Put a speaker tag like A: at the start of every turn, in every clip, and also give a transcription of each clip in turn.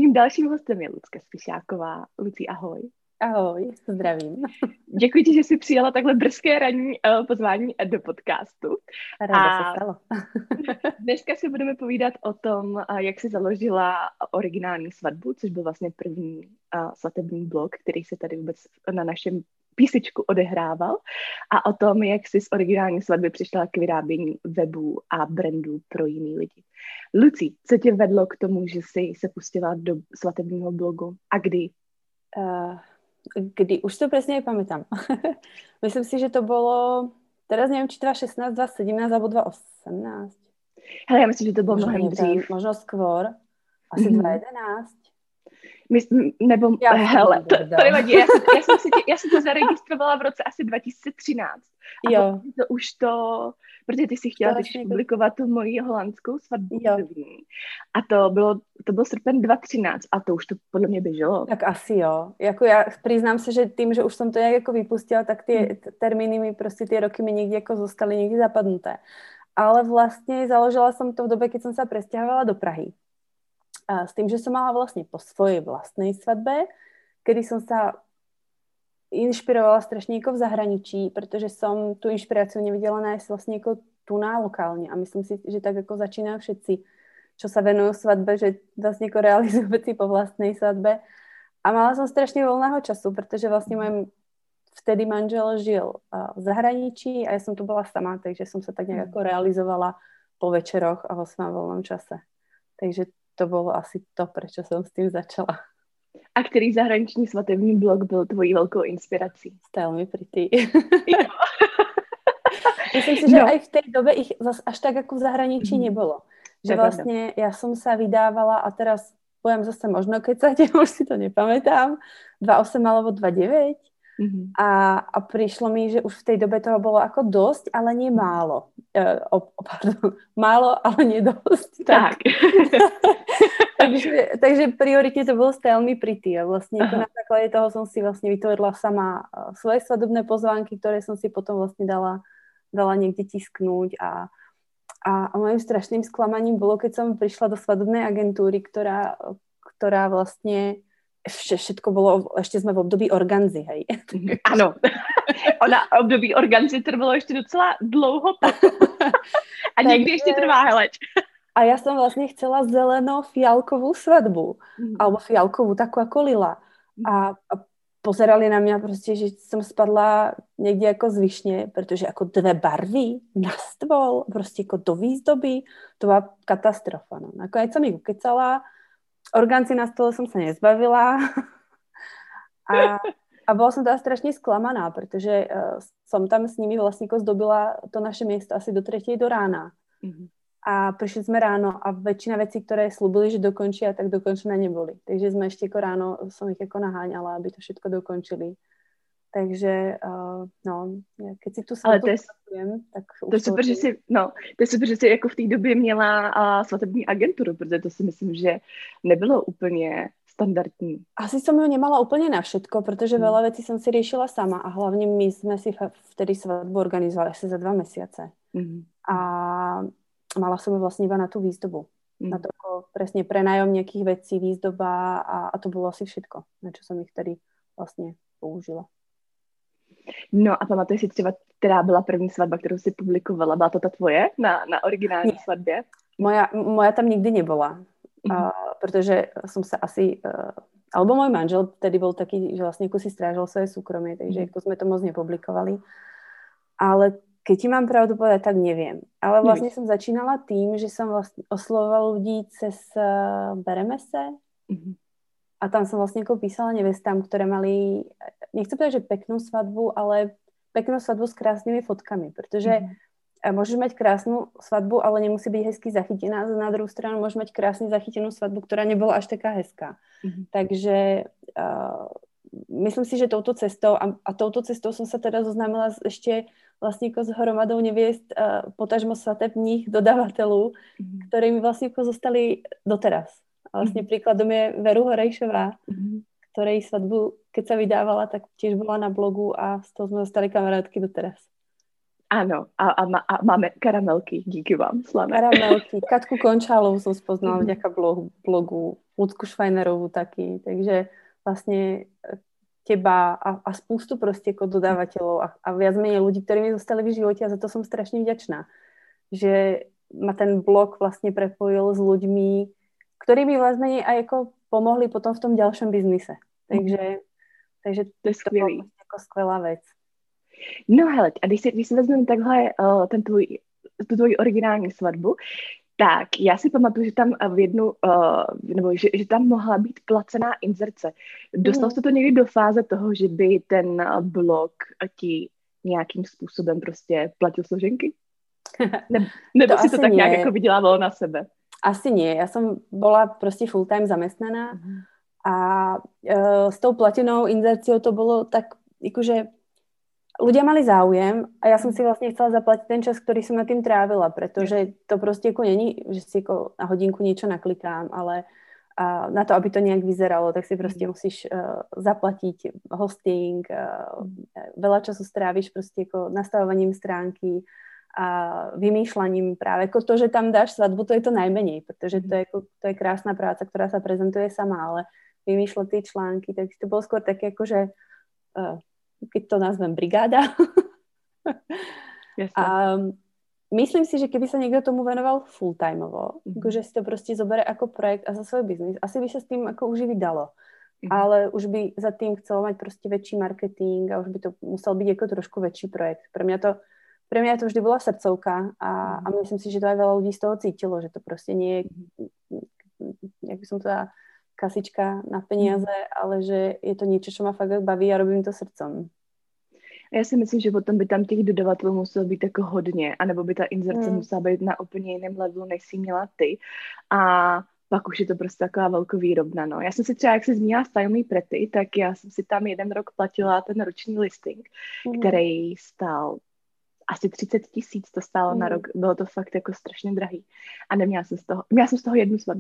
A: Mým dalším hostem je Lucka Spišáková. Lucí, ahoj.
B: Ahoj, zdravím.
A: Děkuji ti, že jsi přijala takhle brzké ranní pozvání do podcastu.
B: Ráda se stalo.
A: Dneska si budeme povídat o tom, jak jsi založila originální svatbu, což byl vlastně první svatební blog, který se tady vůbec na našem písečku odehrával, a o tom, jak jsi z originální svatby přišla k vyrábění webů a brandů pro jiný lidi. Lucí, co tě vedlo k tomu, že jsi se pustila do svatebního blogu a kdy?
B: Kdy? Už to presne nepamätám. Myslím si, že to bolo, teraz neviem, či 2016, 2017 alebo 2018.
A: Hele, já myslím, že to bylo mnohem dřív.
B: Možno skôr. Asi 2011.
A: Hele, to nevadí. Já jsem to zaregistrovala v roce asi 2013.
B: Jo.
A: Protože ty jsi chtěla publikovat tu moji holandskou svatbu. A to byl srpen 2013 a to už to podle mě běželo.
B: Tak asi jo. Jako já priznám se, že tým, že už som to nějak jako vypustila, tak ty termíny mi prostě ty roky mi někde jako zostaly někde zapadnuté. Ale vlastně založila som to v dobe, keď som sa presťahovala do Prahy. A s tým, že som mala vlastne po svojej vlastnej svadbe, kedy som sa inšpirovala strašne v zahraničí, pretože som tú inšpiráciu nevidela nájsť vlastne ako tu na lokálne. A myslím si, že tak ako začínajú všetci, čo sa venujú svadbe, že vlastne ako realizujú veci po vlastnej svadbe. A mala som strašne voľného času, pretože vlastne môj vtedy manžel žil v zahraničí a ja som tu bola sama, takže som sa tak nejak ako realizovala po večeroch a vo svojom voľnom čase. Takže to bolo asi to, prečo som s tým začala.
A: A který zahraniční svatební blog byl tvojí velkou inspirací?
B: Style Me Pretty. Myslím si, že aj v tej dobe ich až tak ako v zahraničí nebolo. Že vlastne ja som sa vydávala a teraz poviem zase možno kecať, už si to nepamätám, 2008 alebo 2009. A prišlo mi, že už v tej dobe toho bolo ako dosť, ale nie málo. Málo, ale nie dosť.
A: Tak.
B: takže prioritne to bolo Style Me Pretty a vlastne na základe toho som si vlastne vytvorila sama svoje svadobné pozvánky, ktoré som si potom vlastne dala niekde tisknúť a mojím strašným sklamaním bolo, keď som prišla do svadobnej agentúry, ktorá vlastne všetko bolo, ešte sme v období organzy, hej.
A: Ano. Období organzy trvalo ešte docela dlouho a niekdy ešte trvá, heleď.
B: A ja som vlastne chcela zeleno-fialkovú svadbu. Alebo fialkovú, takú ako lila. A pozerali na mňa proste, že som spadla niekde ako z višne, pretože ako 2 barvy na stôl, proste ako do výzdoby, to bola katastrofa. No. Nakoniec som ich ukecala, organci na stole som sa nezbavila a bola som teda strašne sklamaná, pretože som tam s nimi vlastne zdobila to naše miesto asi do 3:00 do rána. A prišli sme ráno a väčšina vecí, ktoré slúbili, že dokončia, tak dokončené neboli. Takže sme ešte ako ráno som ich ako naháňala, aby to všetko dokončili. Takže, keď si tu svatbujem, tak
A: to je super, že jsi jako v té době měla svatební agenturu, protože to si myslím, že nebylo úplně standardní.
B: Asi som ju nemala úplne na všetko, pretože veľa vecí som si riešila sama a hlavne my sme si vtedy svadbu organizovali asi za 2 mesiace. A mala som ju vlastne iba na tú výzdobu. Na to presne prenájom nejakých vecí, výzdoba a to bolo asi všetko, na čo som ich vtedy vlastne použila.
A: No a pamatuješ si třeba, která byla první svatba, kterou si publikovala? Byla to ta tvoje na originální svatbě?
B: Moja tam nikdy nebola. Pretože som sa asi... alebo môj manžel vtedy bol taký, že vlastne si strážil svoje súkromie, takže ako sme to moc nepublikovali. Ale keď ti mám pravdu povedať, tak neviem. Ale vlastne som začínala tým, že som vlastne oslovovala ľudí cez Beremese. A tam som vlastne písala nevestám, ktoré mali, nechcem povedať, že peknú svadbu, ale peknú svadbu s krásnymi fotkami, pretože môžeš mať krásnu svadbu, ale nemusí byť hezky zachytená. Na druhú stranu môžeš mať krásne zachytenú svadbu, ktorá nebola až taká hezká. Takže myslím si, že touto cestou a touto cestou som sa teda zoznámila ešte vlastne s hromadou neviest, potažmo svatebních dodavateľů, ktorí mi vlastne zostali doteraz. A vlastne príkladom je Veru Horejšová, ktorej svadbu, keď sa vydávala, tak tiež bola na blogu a z toho sme zostali kamarátky doteraz.
A: Ano, a máme karamelky, díky vám, slané.
B: Karamelky. Katku Končálovú som spoznala vďaka blogu, Lucku Švajnerovú taky, takže vlastne teba a spústu proste ako dodávateľov a viac menej ľudí, ktorí mi zostali v živote a za to som strašne vďačná. Že ma ten blog vlastne prepojil s ľuďmi, ktorí mi viac menej aj ako pomohli potom v tom ďalšom biznise. Takže to je skvělý. Jako skvělá věc.
A: No hele, a když si vezmeme takhle tu tvoji originální svatbu, tak já si pamatuju, že tam v jednu, nebo že tam mohla být placená inzerce. Dostal jste to někdy do fáze toho, že by ten blog ti nějakým způsobem prostě platil složenky? Nebo to si to tak nějak jako vydělávalo na sebe?
B: Asi nie. Ja som bola proste full time zamestnaná a s tou platinou inzerciou to bolo tak, akože ľudia mali záujem a ja som si vlastne chcela zaplatiť ten čas, ktorý som na tým trávila, pretože to proste ako není, že si ako na hodinku niečo naklikám, ale na to, aby to nejak vyzeralo, tak si proste musíš zaplatiť hosting, veľa času stráviš proste ako nastavovaním stránky a vymýšľaním práve. Ako to, že tam dáš svadbu, to je to najmenej, pretože to je krásna práca, ktorá sa prezentuje sama, ale vymýšľať tie články, tak to bolo skôr také ako, že keď to nazvem brigáda. A myslím si, že keby sa niekto tomu venoval full-timeovo, akože si to proste zobere ako projekt a za svoj biznis, asi by sa s tým ako uživiť dalo. Ale už by za tým chcelo mať proste väčší marketing a už by to musel byť ako trošku väčší projekt. Pre mňa to vždy bola srdcovka a myslím si, že to aj veľa ľudí z toho cítilo, že to proste nie je, jak by som to dala, kasička na peniaze, ale že je to niečo, čo ma fakt baví a robím to srdcom.
A: Já si myslím, že potom by tam těch dodavatelů muselo být jako hodně, anebo by ta inzerce musela být na úplně jiném levelu, než jsi měla ty. A pak už je to prostě taková velkovýrobna, no. Já jsem si třeba, jak jsi zmínila Stylemý Pretty, tak já jsem si tam jeden rok platila ten roční listing, který stál asi 30 000 to stálo na rok. Bylo to fakt jako strašně drahý. A měla jsem z toho jednu svatbu.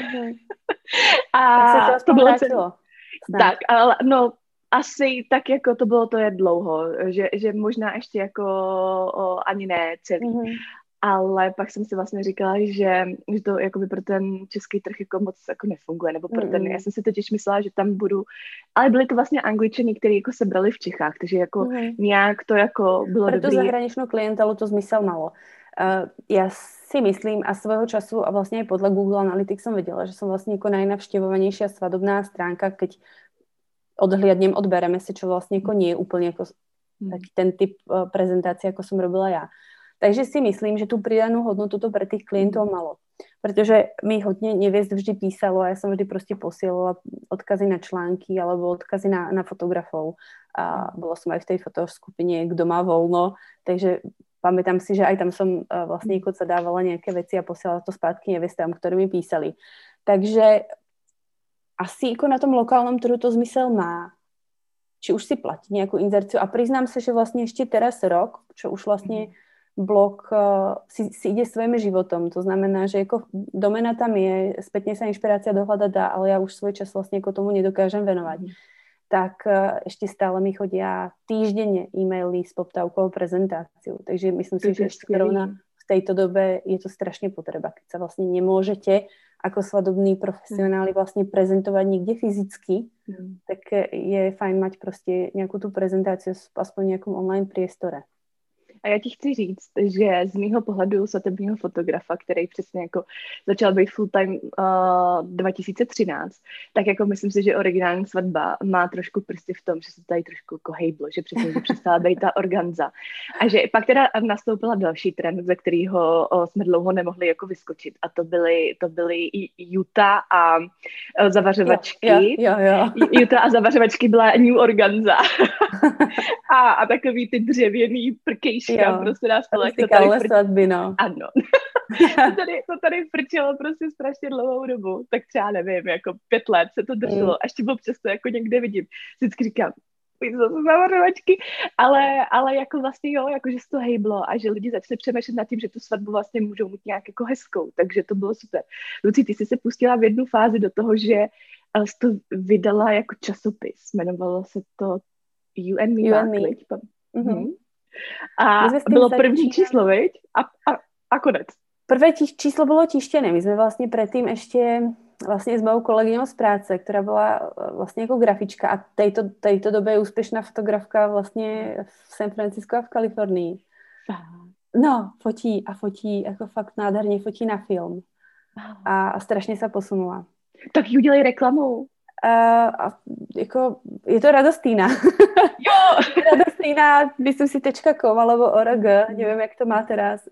B: A tak se to vrátilo.
A: Tak, ale no, asi tak jako to bylo, to je dlouho, že možná ještě jako ani ne celý. Ale pak jsem si vlastně říkala, že to jakoby pro ten český trh jako moc jako nefunguje, nebo pro ten, já jsem si totiž myslela, že tam budu, ale byly to vlastně Angličany, který jako se brali v Čechách, takže jako nějak to jako bylo
B: pro
A: dobrý.
B: Pro tú zahraničnú klientelu to zmysel malo. Ja si myslím a svojho času a vlastne aj podľa Google Analytics som vedela, že som vlastne ako najnavštevovanejšia svadobná stránka, keď odhliadnem od BRMS, čo vlastne ako nie je úplne ako taký ten typ prezentácie, ako som robila ja. Takže si myslím, že tú pridanú hodnotu to pre tých klientov malo. Pretože mi hodne neviest vždy písalo a ja som vždy proste posielala odkazy na články alebo odkazy na fotografov. A bola som aj v tej fotoskupine Kto má voľno, takže pamätám si, že aj tam som vlastne sa dávala nejaké veci a posielala to spátky nevestám, ktorí mi písali. Takže asi ako na tom lokálnom trhu to zmysel má. Či už si platí nejakú inzerciu a priznám sa, že vlastne ešte teraz rok, čo už vlastne blog si ide svojím životom. To znamená, že ako domena tam je, spätne sa inšpirácia dohľadať dá, ale ja už svoj čas vlastne ako tomu nedokážem venovať. Tak ešte stále mi chodia týždenne e-maily s poptávkou prezentáciu. Takže myslím si, že ešte rovna v tejto dobe je to strašne potreba, keď sa vlastne nemôžete ako svadobní profesionáli vlastne prezentovať niekde fyzicky, tak je fajn mať proste nejakú tú prezentáciu aspoň v nejakom online priestore.
A: A já ti chci říct, že z mýho pohledu svatebního fotografa, který přesně jako začal být full time 2013, tak jako myslím si, že originální svatba má trošku prsty v tom, že se tady trošku jako hejblo, že přesně že přestala být ta organza. A že pak teda nastoupila další trend, ze kterého jsme dlouho nemohli jako vyskočit. A to byly Utah a zavařovačky.
B: Jo.
A: Utah a zavařovačky byla New Organza. a takový ty dřevěný prkejška prostě na stole.
B: Svatby, no.
A: Ano. to tady frčelo prostě strašně dlouhou dobu. Tak třeba nevím, jako 5 let se to drželo. A ještě občas to jako někde vidím. Vždycky říkám, jsou zavařovačky, ale jako vlastně jo, jako že se to hejblo a že lidi začali přemýšlet nad tím, že tu svatbu vlastně můžou mít nějak jako hezkou, takže to bylo super. Luci, ty jsi se pustila v jednu fázi do toho, že jsi to vydala jako časopis, jmenovalo se to You and Me. A bylo první číslo, viď? A konec.
B: Prvé číslo bolo tištené. My sme vlastne predtým ešte vlastne s mojou kolegyňou z práce, ktorá bola vlastne ako grafička a tejto dobe je úspešná fotografka vlastne v San Francisco a v Kalifornii. No, fotí, ako fakt nádherne fotí na film. A strašne sa posunula.
A: Tak ju udělej reklamou.
B: Jako, je to Radostýna.
A: Jo!
B: Radostýna, myslím si .com alebo .org, neviem, jak to má teraz.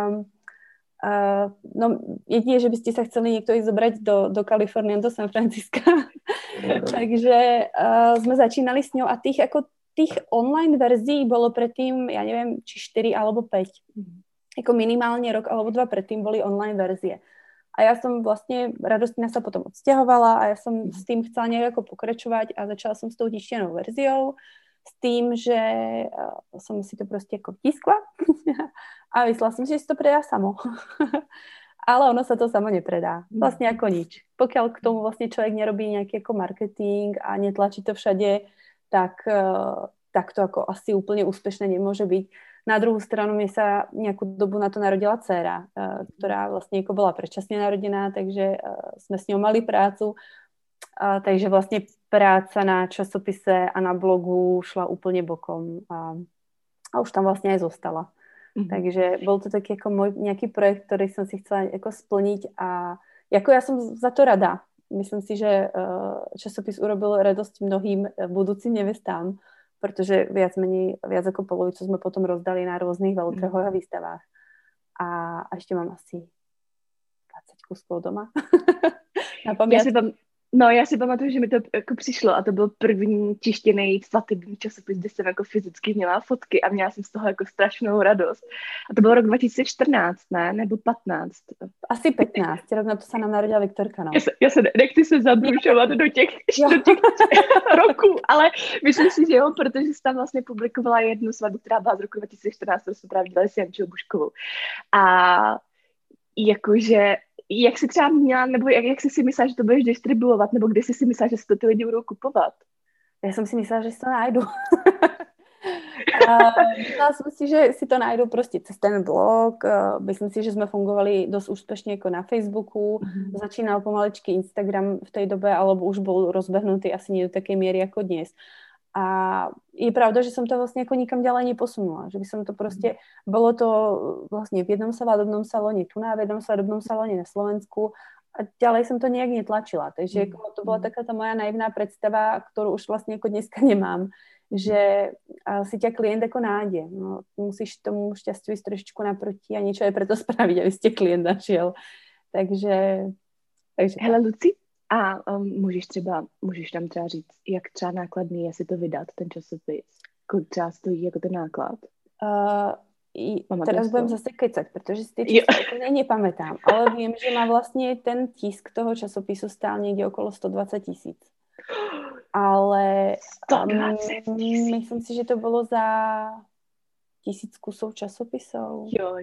B: No, jedine, že by ste sa chceli niekto ísť zobrať do Kalifornie, do San Francisca. Takže sme začínali s ňou a tých online verzií bolo predtým, ja neviem, či 4 alebo 5. Jako minimálne rok alebo 2 predtým boli online verzie. A ja som vlastne, Radostina sa potom odsťahovala a ja som s tým chcela nejako pokračovať a začala som s tou tištenou verziou, s tým, že som si to proste ako vtiskla a myslela som si, že si to predá samo. Ale ono sa to samo nepredá. Vlastne ako nič. Pokiaľ k tomu vlastne človek nerobí nejaký ako marketing a netlačí to všade, tak to ako asi úplne úspešné nemôže byť. Na druhú stranu mi sa nejakú dobu na to narodila dcéra, ktorá vlastne ako bola predčasne narodená, takže sme s ňou mali prácu. Takže vlastne práca na časopise a na blogu šla úplne bokom a už tam vlastne aj zostala. Takže bol to taký ako môj nejaký projekt, ktorý som si chcela ako splniť a ako ja som za to rada. Myslím si, že časopis urobil radosť mnohým budúcim nevestám, protože viac ako polovicu sme potom rozdali na rôznych veľtrhoch a výstavách. A ešte mám asi 20 kuskov doma. Na pamiatku.
A: Já si pamatuju, že mi to jako přišlo a to byl první tištěný svatební časopis, kde jsem jako fyzicky měla fotky a měla jsem z toho jako strašnou radost. A to bylo rok 2014, ne? Nebo 15?
B: Asi 15, rovno to se nám narodila Viktorka, no.
A: Já se nechci se zabrušovat do těch roků, ale myslím si, že jo, protože jsi tam vlastně publikovala jednu svatbu, která byla z roku 2014, kterou jsme právě dělali s Jančou Buškovou. A jakože jak jsi třeba měla, nebo jak jsi si myslela, že to budeš distribuovat, nebo kde jsi si myslela, že si to ty lidi budou kupovat?
B: Já jsem si myslela, že si to najdu. Myslela jsem si, že si to najdu prostě cez ten blog. Myslím si, že jsme fungovali dosť úspešne jako na Facebooku. Začínal pomaličky Instagram v tej dobe, alebo už bol rozbehnutý asi nie do takej miery ako dnes. A je pravda, že som to vlastne ako nikam ďalej neposunula. Že by som to proste, bolo to vlastne v jednom svadobnom salóne tu v jednom svadobnom salóne na Slovensku a ďalej som to nejak netlačila. Takže to bola taká tá moja naivná predstava, ktorú už vlastne ako dneska nemám, že si ťa klient ako nájde. No, musíš tomu šťastiu ísť trošičku naproti a niečo aj preto spraviť, aby ste klient našiel. Takže
A: hele, Luci, a můžeš tam třeba říct, jak třeba nákladný je si to vydat, ten časopis? Kolik třeba stojí jako ten náklad?
B: Teraz budem zase kecať, pretože si tie čísla úplne nepamätám, ale viem, že má vlastne ten tisk toho časopisu stál niekde okolo 120 000. Ale
A: 120 000?
B: Myslím si, že to bolo za 1000 kusov časopisov.
A: Jo.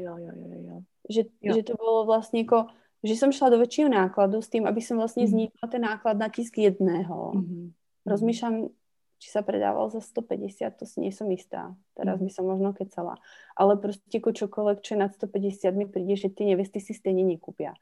B: Že to bolo vlastne ako že som šla do väčšieho nákladu s tým, aby som vlastne znížila ten náklad na tisk jedného. Rozmýšľam, či sa predával za 150, to si nie som istá. Teraz by som možno kecala. Ale proste ako čokoľvek, čo je nad 150, mi príde, že tie nevesty si stejne nekúpia.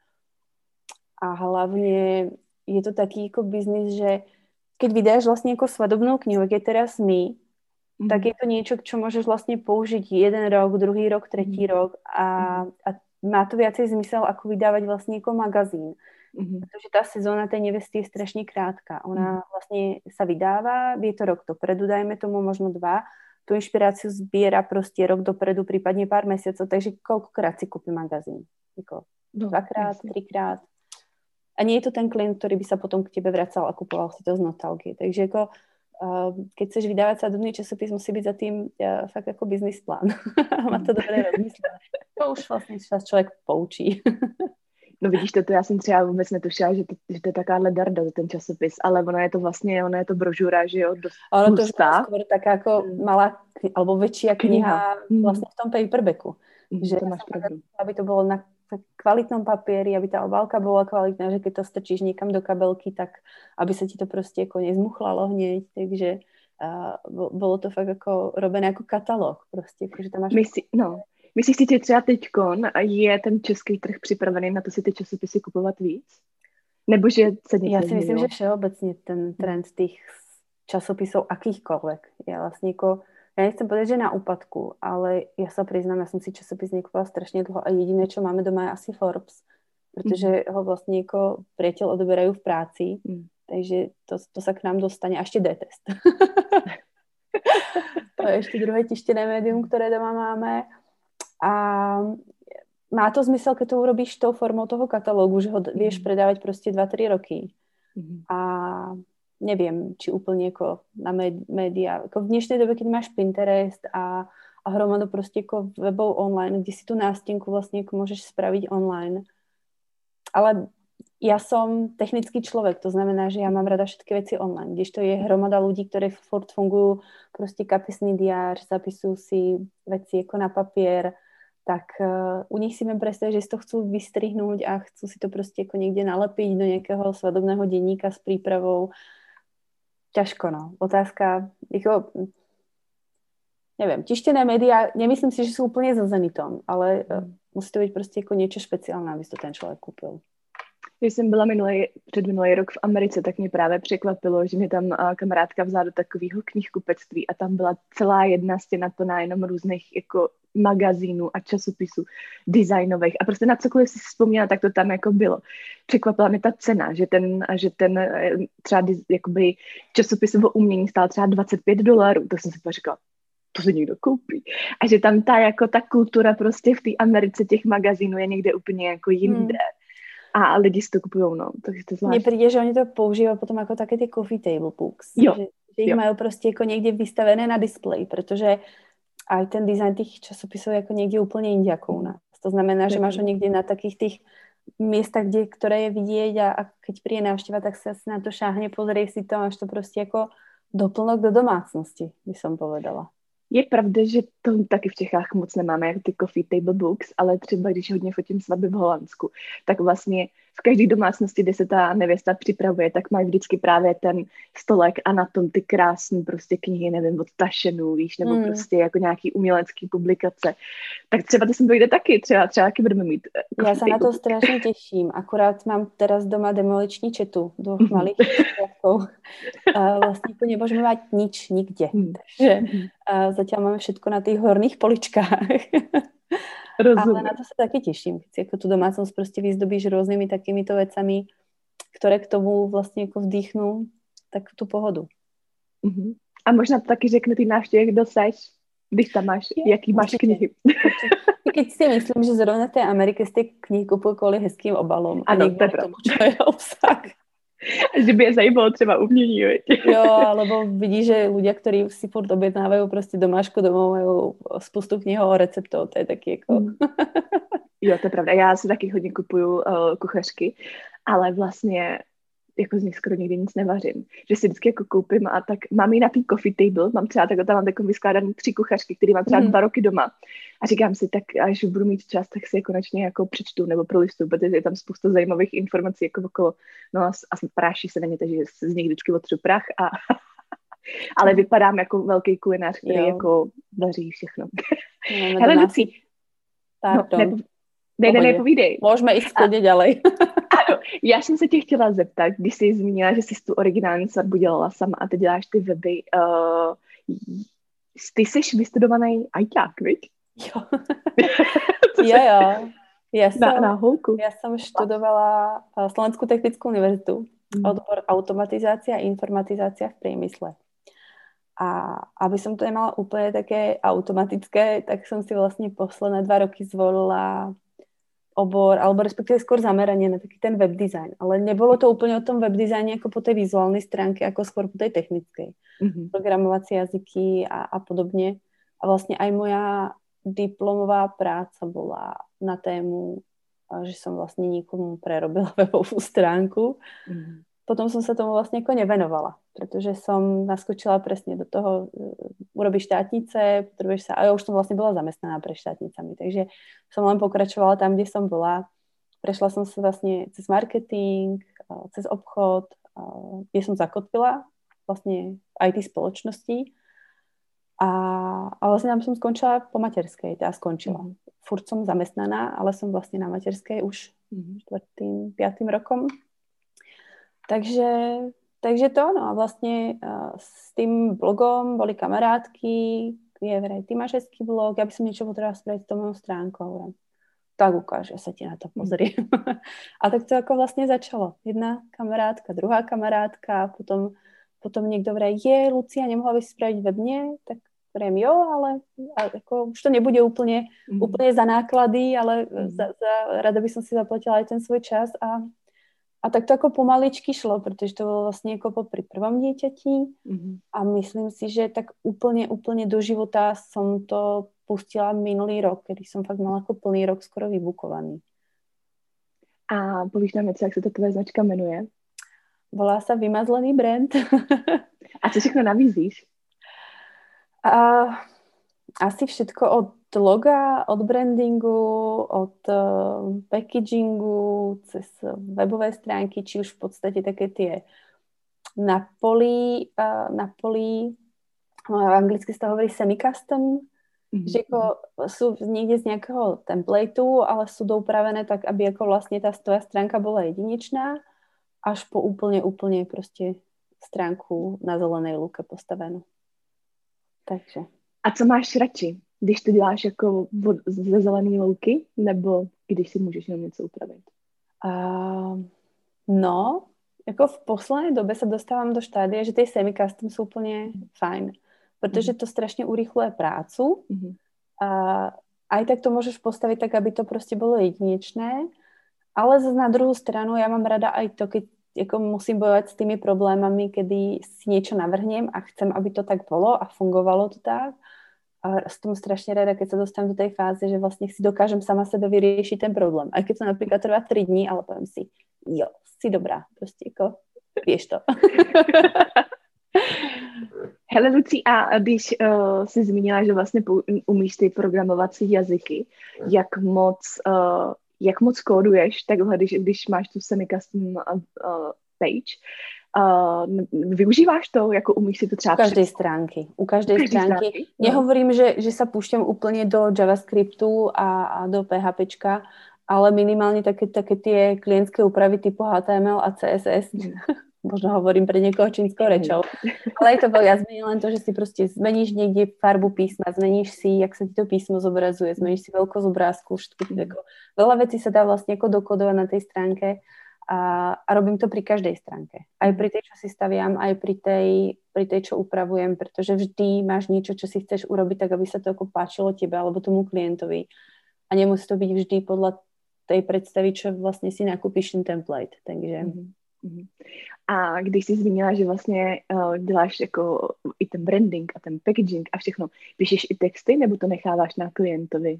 B: A hlavne je to taký ako biznis, že keď vydáš vlastne ako svadobnú knihu, jak je teraz my, tak je to niečo, čo môžeš vlastne použiť jeden rok, druhý rok, tretí rok a má to viacej zmysel, ako vydávať vlastne ako magazín. Pretože tá sezóna tej nevesty je strašne krátka. Ona vlastne sa vydáva, je to rok dopredu, dajme tomu možno 2. Tú inšpiráciu zbiera proste rok dopredu, prípadne pár mesiacov, takže koľkokrát si kúpi magazín? Dvakrát, trikrát. A nie je to ten klient, ktorý by sa potom k tebe vracal a kupoval si to z nostalgie. Takže ako keď chceš vydávať svadobný časopis, musí byť za tým fakt ako biznis plán. Má to dobré rozmyslené. To už vlastně čas člověk poučí.
A: No vidíš to, já jsem třeba vůbec netušila, že to je takováhle darda, ten časopis, ale ona je to brožura, že jo, dost
B: ono to už je skôr taká jako malá, alebo väčšia kniha vlastně v tom paperbacku. Že
A: to máš pravdu.
B: Aby to bylo na kvalitnom papieri, aby tá obálka bola kvalitná, že keď to strčíš niekam do kabelky, tak aby sa ti to proste ako nezmuchlalo hneď, takže bolo to fakt ako robené ako katalog. Prostě, že tam máš...
A: Myslíš si, že třeba teďkon je ten český trh připravený na to si ty časopisy kupovat víc? Nebo že se něco
B: Ja si myslím, že všeobecne ten trend tých časopisov akýchkoľvek je vlastne ako, ja nechcem povedať, že na úpadku, ale ja sa priznám, ja som si časopis nekupovala strašne dlho a jediné, čo máme doma je asi Forbes, pretože ho vlastne ako priateľ odoberajú v práci, takže to sa k nám dostane, a ešte D-test. To je ešte druhé tištené médium, ktoré doma máme. A má to zmysel, keď to urobíš tou formou toho katalógu, že ho vieš predávať proste 2-3 roky. A neviem, či úplne ako na média. Ako v dnešnej dobe, keď máš Pinterest a hromadu proste ako webov online, kde si tú nástenku vlastne ako môžeš spraviť online. Ale ja som technický človek, to znamená, že ja mám rada všetky veci online, kdežto je hromada ľudí, ktorí furt fungujú proste kapisný diář, zapisujú si veci ako na papier, tak u nich si viem predstaviť, že si to chcú vystrihnúť a chcú si to proste ako niekde nalepiť do nejakého svadobného denníka s prípravou. Ťažko, no. Otázka, ako, neviem, tištené médiá, nemyslím si, že sú úplne za Zenitom, ale musí to byť proste ako niečo špeciálne, aby si to ten človek kúpil.
A: Když jsem byla předminulý rok v Americe, tak mě právě překvapilo, že mě tam kamarádka vzala do takového knihkupectví a tam byla celá jedna stěna plná jenom různých jako magazínů a časopisů designových a prostě na cokoliv si vzpomněla, tak to tam jako bylo. Překvapila mě ta cena, že ten třeba jakoby časopis o umění stál třeba $25. To jsem si pak říkala, to si někdo koupí. A že tam ta kultura prostě v té Americe těch magazínů je někde úplně jako jinde. A lidi si to kupujou, no. Takže to zvláštní.
B: Mně přijde, že oni to používají potom jako také ty coffee table books.
A: Jo.
B: Že ich majú prostě jako někde vystavené na displeji, protože aj ten design těch časopisů je jako někde úplně jinde jako u nás. To znamená, že máš ho někde na takých těch miestach, které je vidět a keď príde návšteva, tak sa na to šáhne, pozrie si to, máš to prostě jako doplnok do domácnosti, by som povedala.
A: Je pravda, že to taky v Čechách moc nemáme, jako ty coffee table books, ale třeba když hodně fotím svatby v Holandsku, tak vlastně v každé domácnosti, kde se ta nevěsta připravuje, tak mají vždycky právě ten stolek a na tom ty krásné prostě knihy, nevím, od Tašenů, víš, nebo prostě jako nějaký umělecký publikace. Tak třeba to sem dojde taky, třeba taky budeme mít.
B: Já se na to strašně těším, akurát mám teraz doma demoliční četu, dvoch malých četkov. Vlastně to nemůžeme mať nič nikde, takže zatiaľ máme všetko na tých horných poličkách.
A: Rozumím.
B: Ale na to sa taky těším, keď si jako tu domácnosť prostě vyzdobíš rôznymi takýmito vecami, ktoré k tomu vlastně jako vdýchnú tak tu pohodu.
A: A možná to taky řekne ty návštěvě, kdo seš, když tam máš, jaký máš knihy.
B: Keď si myslím, že zrovna v té Amerike z těch knih kupujú kvôli hezkým obalom.
A: Ano, to je pravda.
B: Čo je obsah.
A: Že by je zajímalo třeba umění, veď.
B: Jo, alebo vidíš, že ľudia, ktorí si furt objednávajú prostě domášku domov, majú spoustu knih o receptov, to je taky jako...
A: Jo, to je pravda. Já si taky hodně kupuju kuchařky, ale vlastně jako z nich skoro nikdy nic nevařím. Že si vždycky jako koupím a tak mám i na tý coffee table, mám třeba tam mám takový vyskládaný 3 kuchařky, který mám třeba 2 roky doma. A říkám si, tak až budu mít čas, tak si je konečně jako přečtu nebo prolistuju, protože je tam spousta zajímavých informací jako okolo, no a práší se na ně, takže z nich vždycky otřu prach a ale vypadám jako velký kulinář, který jako vaří všechno.
B: Hele, Lucí. Pardon.
A: Nepovídej.
B: Můžeme jít skladně ďalej.
A: Ano, já jsem se tě chtěla zeptat, když jsi zmínila, že jsi tu originální svatbu dělala sama a teď děláš ty weby. Ty jsi vystudovaný ajťák, viď?
B: Jo. Jo.
A: Na holku.
B: Ja som študovala Slovenskú technickú univerzitu, odbor automatizácia a informatizácia v priemysle. A aby som to nemala úplne také automatické, tak som si vlastne posledné 2 roky zvolila obor, alebo respektíve skôr zameranie na taký ten web design. Ale nebolo to úplne o tom web designe ako po tej vizuálnej stránke, ako skôr po tej technickej. Programovacie jazyky a podobne. A vlastne aj moja diplomová práca bola na tému, že som vlastne niekomu prerobila webovú stránku. Potom som sa tomu vlastne ako nevenovala, pretože som naskočila presne do toho, urobíš štátnice, potrebuješ sa, a ja už som vlastne bola zamestnaná pre štátnicami, takže som len pokračovala tam, kde som bola. Prešla som sa vlastne cez marketing, cez obchod, kde som zakotvila vlastne IT spoločnosti. A vlastne tam som skončila po materskej, teda skončila. Furt som zamestnaná, ale som vlastne na materskej už 4., 5. rokom. Takže to, no a vlastne s tým blogom boli kamarátky, vraj, ty máš hezký blog, ja by som niečo potrebovala spraviť s tou mojou stránkou. Tak ukáž, ja sa ti na to pozriem. A tak to ako vlastne začalo. Jedna kamarátka, druhá kamarátka, potom niekto vraj, Lucia, nemohla by si spraviť webne? Tak vrem, jo, ale ako, už to nebude úplne za náklady, ale rada by som si zaplatila aj ten svoj čas a tak to ako pomaličky šlo, pretože to bolo vlastne ako pri prvom dieťati a myslím si, že tak úplne do života som to pustila minulý rok, kedy som fakt mala ako plný rok skoro vybukovaný.
A: A povíš nám něco, jak se to tvoje značka jmenuje?
B: Volá sa Vymazlený brand.
A: A co všechno nabízíš?
B: Asi všetko od loga, od brandingu, od packagingu, cez webové stránky, či už v podstate také tie na poli, anglicky sa to hovorí semi-custom, že ako sú niekde z nejakého templateu, ale sú doupravené tak, aby ako vlastne tá tvoja stránka bola jedinečná, až po úplne proste stránku na zelenej lúke postavenú. Takže. A
A: co máš radši? Když to děláš jako ze zelené louky, nebo když si můžeš jenom něco upravit?
B: No, jako v poslednej dobe sa dostávam do štádia, že tie semi-custom sú úplne fajn, pretože to strašne urýchluje prácu. Aj tak to môžeš postaviť tak, aby to proste bolo jedinečné, ale zase na druhú stranu ja mám rada aj to, keď ako musím bojovať s tými problémami, kedy si niečo navrhnem a chcem, aby to tak bolo a fungovalo to tak. A som strašne rada, keď sa dostanem do tej fázy, že vlastne si dokážem sama sebe vyriešiť ten problém. Aj keď to napríklad trvá 3 dní, ale poviem si, jo, si dobrá, proste ako, vieš to.
A: Hele, Lucí, a když jsi zmínila, že vlastně umíš ty programovací jazyky, jak moc kóduješ takhle, když máš tu semi-custom page? Využíváš to? Jako umíš si to třeba...
B: U každej stránky. Nehovorím, že sa púšťam úplne do JavaScriptu a do PHPčka, ale minimálne také tie klientské úpravy typu HTML a CSS. Možno hovorím pre niekoho čínskou rečou. Ale je to viac menej len to, že si proste zmeníš niekde farbu písma, zmeníš si, jak sa ti to písmo zobrazuje, zmeníš si veľkosť obrázku, veľa vecí sa dá vlastne ako dokodovať na tej stránke a robím to pri každej stránke. Aj pri tej, čo si staviam, aj pri tej, čo upravujem, pretože vždy máš niečo, čo si chceš urobiť tak, aby sa to ako páčilo tebe alebo tomu klientovi. A nemusí to byť vždy podľa tej predstavy, čo vlastne si nakúpiš ten template. Takže...
A: A když jsi zmínila, že vlastně děláš jako i ten branding a ten packaging a všechno, píšeš i texty, nebo to necháváš na klientovi?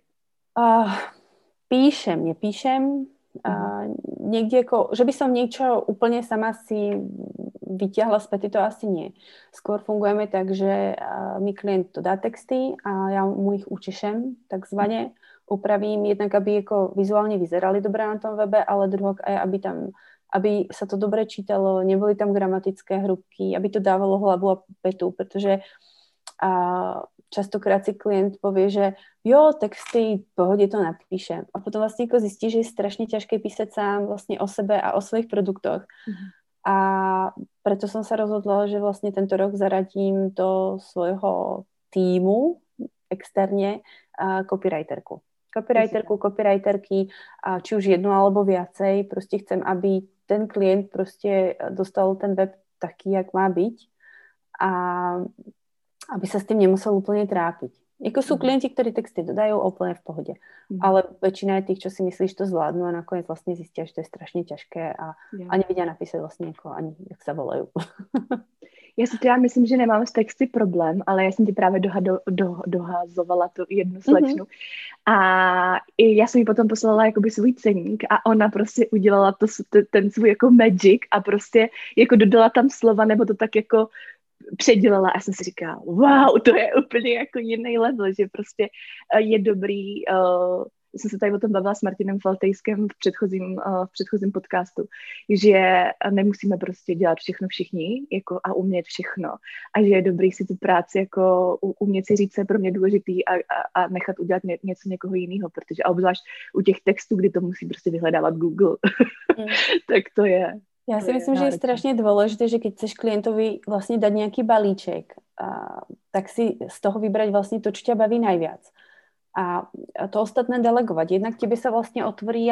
B: Nepíšem. Niekde ako, že by som niečo úplne sama si vyťahla späť, to asi nie. Skôr fungujeme tak, že mi klient to dá texty a ja mu ich učešem, takzvané. Upravím jednak, aby ako vizuálne vyzerali dobre na tom webe, ale druhok aj, aby sa to dobre čítalo, neboli tam gramatické hrubky, aby to dávalo hlavu a petu, pretože častokrát si klient povie, že jo, texty, v pohode to napíšem. A potom vlastne ako zistí, že je strašne ťažké písať sám vlastne o sebe a o svojich produktoch. A preto som sa rozhodla, že vlastne tento rok zaradím do svojho tímu externe copywriterky, či už jednu alebo viacej. Proste chcem, aby ten klient proste dostal ten web taký, jak má byť a aby sa s tým nemusel úplne trápiť. Jako sú klienti, ktorí texty dodajú úplne v pohode, ale väčšina je tých, čo si myslíš, to zvládnu a nakoniec vlastne zistia, že to je strašne ťažké a nevedia napísať vlastne ako ani, jak sa volajú.
A: Já si teda myslím, že nemám s texty problém, ale já jsem ti právě doházovala tu jednu slečnu. A já jsem jí potom poslala jakoby svůj ceník a ona prostě udělala ten svůj jako magic a prostě jako dodala tam slova nebo to tak jako předělala a jsem si říkala, wow, to je úplně jako jiný level, že prostě je dobrý jsem se tady o tom bavila s Martinem Faltejskem v předchozím podcastu, že nemusíme prostě dělat všechno všichni jako a umět všechno a že je dobrý si tu práci jako umět si říct, co je pro mě důležitý a nechat udělat něco někoho jiného, protože obzvlášť u těch textů, kdy to musí prostě vyhledávat Google, tak to je.
B: Ja si myslím, že je strašne dôležité, že keď chceš klientovi vlastne dať nejaký balíček, tak si z toho vybrať vlastne to, čo ťa baví najviac. A to ostatné delegovať. Jednak tebe sa vlastne otvorí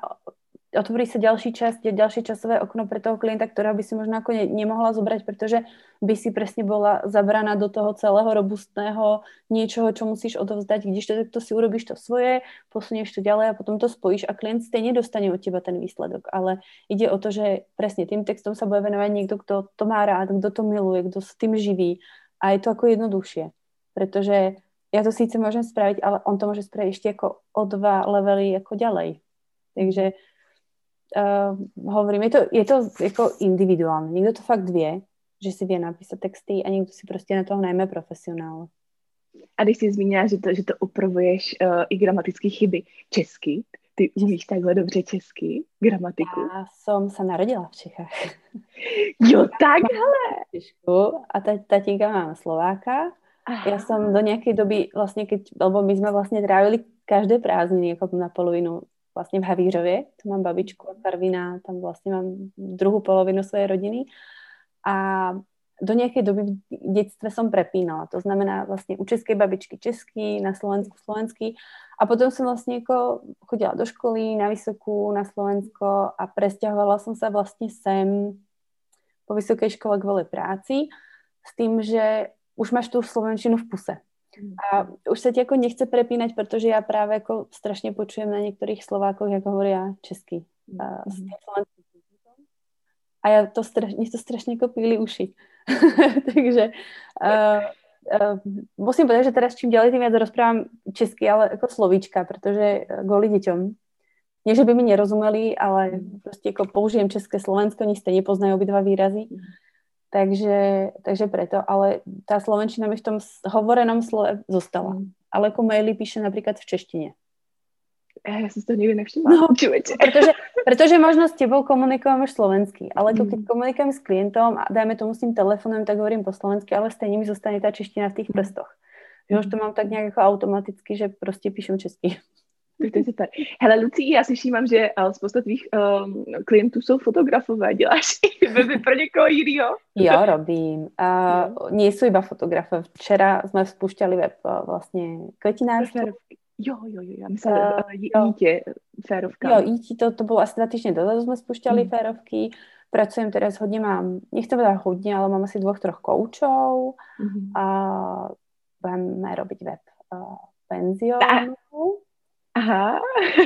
B: sa ďalšie časové okno pre toho klienta, ktorého by si možno ako nemohla zobrať, pretože by si presne bola zabraná do toho celého robustného niečoho, čo musíš odovzdať, kdežto to si urobíš to svoje, posunieš to ďalej a potom to spojíš a klient stejne dostane od teba ten výsledok. Ale ide o to, že presne tým textom sa bude venovať niekto, kto to má rád, kto to miluje, kto s tým živí a je to ako jednoduchšie. Pretože ja to síce môžem spraviť, ale on to môže spraviť ešte ako o 2 levely ako ďalej. Takže hovorím, je to jako individuálne. Niekto to fakt vie, že si vie napísať texty a niekto si prostě na toho najme profesionál.
A: A když jsi zmínila, že to upravuješ i gramatické chyby česky, ty umíš takhle dobře česky, gramatiku?
B: Já som sa narodila v Čechách.
A: Jo, takhle!
B: A tatínka mám Slováka. Aha. Ja som do nejakej doby vlastne, lebo my sme vlastne trávili každé prázdniny ako na polovinu vlastne v Havířově, to mám babičku a Karviná, tam vlastne mám druhú polovinu svojej rodiny a do nejakej doby v detstve som prepínala, to znamená vlastne u českej babičky český, na Slovensku slovenský a potom som vlastne ako chodila do školy, na vysokú, na Slovensko a presťahovala som sa vlastne sem po vysokej škole kvôli práci s tým, že už máš tú slovenčinu v puse. A už sa ti ako nechce prepínať, pretože ja práve ako strašne počujem na niektorých Slovákoch, ako hovoria česky. A ja mne to strašne ako píli uši. Takže musím povedať, že teraz čím ďalej tým viac rozprávam česky, ale ako slovíčka, pretože kvôli deťom. Nie, že by mi nerozumeli, ale proste ako použijem české Slovensko, oni ste nepoznajú obidva výrazy. Takže preto, ale tá slovenčina mi v tom hovorenom slove zostala. Ale ako maily píše napríklad v češtine.
A: Ja som to nikdy nevšimla.
B: No, pretože možno s tebou komunikujem už slovensky, ale keď komunikujem s klientom a dajme tomu s tým telefonom, tak hovorím po slovensky, ale stejne mi zostane tá čeština v tých prstoch. Že už to mám tak nejak ako automaticky, že proste píšem česky.
A: To je super. Hele, Lucí, já si všímám, že spousta tvých klientů jsou fotografové. Děláš i weby pro někoho jinýho?
B: Jo, robím. Nie sú iba fotografové. Včera sme spúšťali web vlastne kvetinárstvo.
A: Jo. Já myslela, Jítě, férovka.
B: Jo, Jítě, to bylo asi 2 týždne dozadu sme spúšťali férovky. Pracujem teraz hodne, nechcem povedať hodne, ale mám asi 2-3 koučov. A budeme robiť web penziónu.
A: Aha.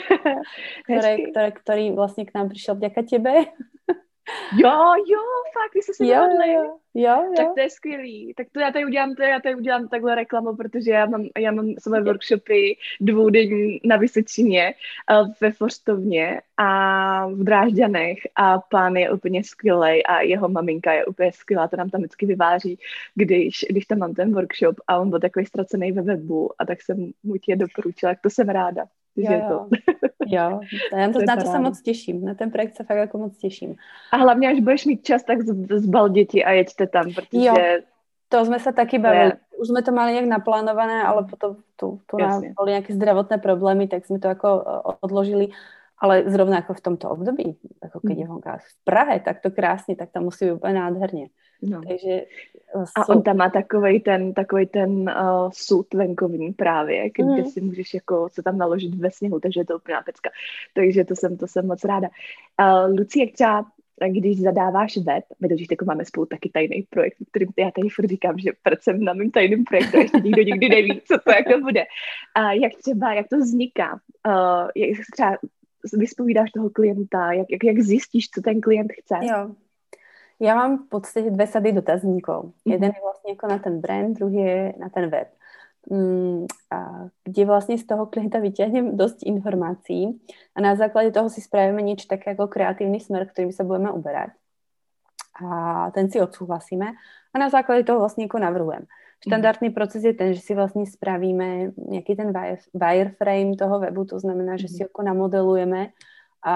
B: Ktorý vlastne k nám prišiel vďaka tebe.
A: Jo, fakt, vy jste se dohodli.
B: Jo.
A: Tak to je skvělý. Tak to já tady udělám takhle reklamu, protože já mám své workshopy 2denní na Vysočině, ve Forstovně a v Drážďanech a pán je úplně skvělej a jeho maminka je úplně skvělá, to nám tam vždycky vyváří, když tam mám ten workshop a on byl takový ztracený ve webu a tak jsem mu tě doporučila, tak to jsem ráda.
B: Jo. Na to sa moc teším. Na ten projekt sa fakt ako moc teším.
A: A hlavne, až budeš mít čas, tak zbal děti a jeďte tam, protože...
B: Jo, to sme sa taky bavili. Už sme to mali nejak naplánované, ale potom tu boli nejaké zdravotné problémy, tak sme to ako odložili. Ale zrovna ako v tomto období, ako keď je vonka v Prahe, tak to krásne, tak tam musí byť úplne nádherne.
A: No. Takže, a on tam má takovej ten sud venkovní právě, kde si můžeš jako se tam naložit ve sněhu, takže je to úplná pecka. Takže to jsem moc ráda. Lucie, jak třeba, když zadáváš web, my totiž jako máme spolu taky tajný projekt, kterým já tady furt říkám, že pracujeme na mým tajným projektu, ještě nikdo nikdy neví, co to jako bude. Jak to vzniká, jak třeba vyspovídáš toho klienta, jak zjistíš, co ten klient chce?
B: Jo. Ja mám v podstate 2 sady dotazníkov. Jeden je vlastne ako na ten brand, druhý je na ten web. Kde vlastne z toho klienta vyťahnem dosť informácií a na základe toho si spravíme niečo také ako kreatívny smer, ktorým sa budeme uberať. A ten si odsúhlasíme a na základe toho vlastne ako navrhujem. Štandardný proces je ten, že si vlastne spravíme nejaký ten wireframe toho webu, to znamená, že si ho namodelujeme a